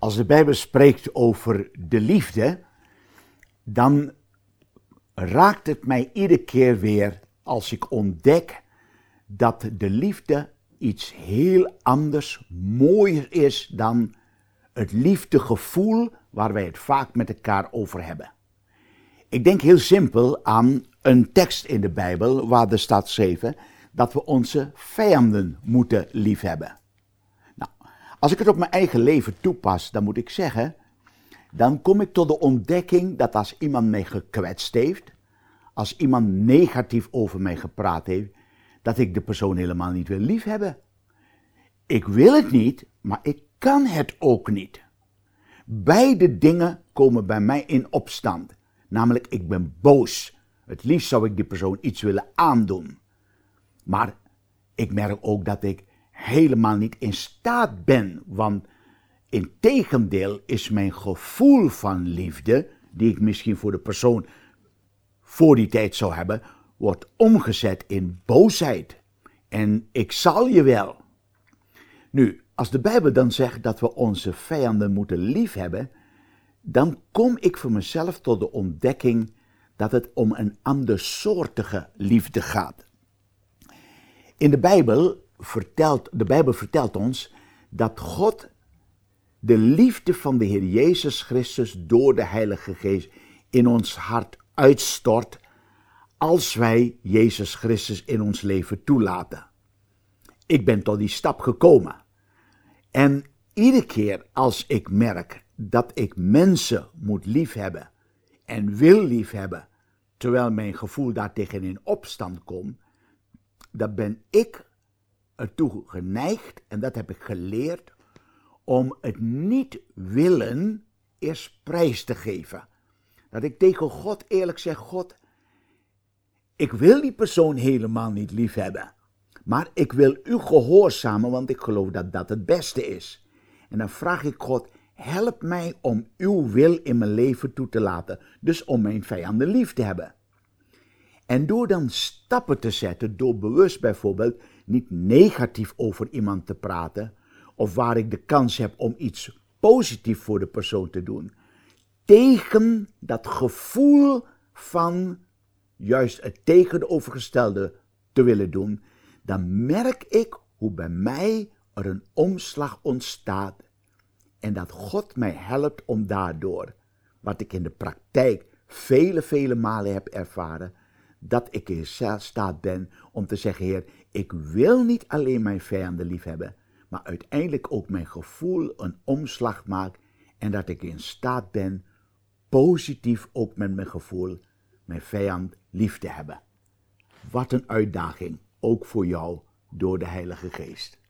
Als de Bijbel spreekt over de liefde, dan raakt het mij iedere keer weer als ik ontdek dat de liefde iets heel anders, mooier is dan het liefdegevoel waar wij het vaak met elkaar over hebben. Ik denk heel simpel aan een tekst in de Bijbel waar er staat geschreven dat we onze vijanden moeten liefhebben. Nou, als ik het op mijn eigen leven toepas, dan moet ik zeggen, dan kom ik tot de ontdekking dat als iemand mij gekwetst heeft, als iemand negatief over mij gepraat heeft, dat ik de persoon helemaal niet wil liefhebben. Ik wil het niet, maar ik kan het ook niet. Beide dingen komen bij mij in opstand. Namelijk, ik ben boos. Het liefst zou ik die persoon iets willen aandoen. Maar ik merk ook dat ik helemaal niet in staat ben, want integendeel is mijn gevoel van liefde, die ik misschien voor de persoon voor die tijd zou hebben, wordt omgezet in boosheid. En ik zal je wel. Nu, als de Bijbel dan zegt dat we onze vijanden moeten liefhebben, dan kom ik voor mezelf tot de ontdekking dat het om een andersoortige liefde gaat. In de Bijbel vertelt ons dat God de liefde van de Heer Jezus Christus door de Heilige Geest in ons hart uitstort als wij Jezus Christus in ons leven toelaten. Ik ben tot die stap gekomen. En iedere keer als ik merk dat ik mensen moet liefhebben en wil liefhebben, terwijl mijn gevoel daartegen in opstand komt, dan ben ik ertoe geneigd, en dat heb ik geleerd, om het niet willen eerst prijs te geven. Dat ik tegen God eerlijk zeg, God, ik wil die persoon helemaal niet liefhebben, maar ik wil u gehoorzamen, want ik geloof dat dat het beste is. En dan vraag ik God, help mij om uw wil in mijn leven toe te laten, dus om mijn vijanden lief te hebben. En door dan stappen te zetten, door bewust bijvoorbeeld niet negatief over iemand te praten, of waar ik de kans heb om iets positiefs voor de persoon te doen, tegen dat gevoel van juist het tegenovergestelde te willen doen, dan merk ik hoe bij mij er een omslag ontstaat en dat God mij helpt om daardoor, wat ik in de praktijk vele malen heb ervaren, dat ik in staat ben om te zeggen, Heer, ik wil niet alleen mijn vijanden liefhebben, maar uiteindelijk ook mijn gevoel een omslag maakt en dat ik in staat ben positief ook met mijn gevoel mijn vijand lief te hebben. Wat een uitdaging, ook voor jou door de Heilige Geest.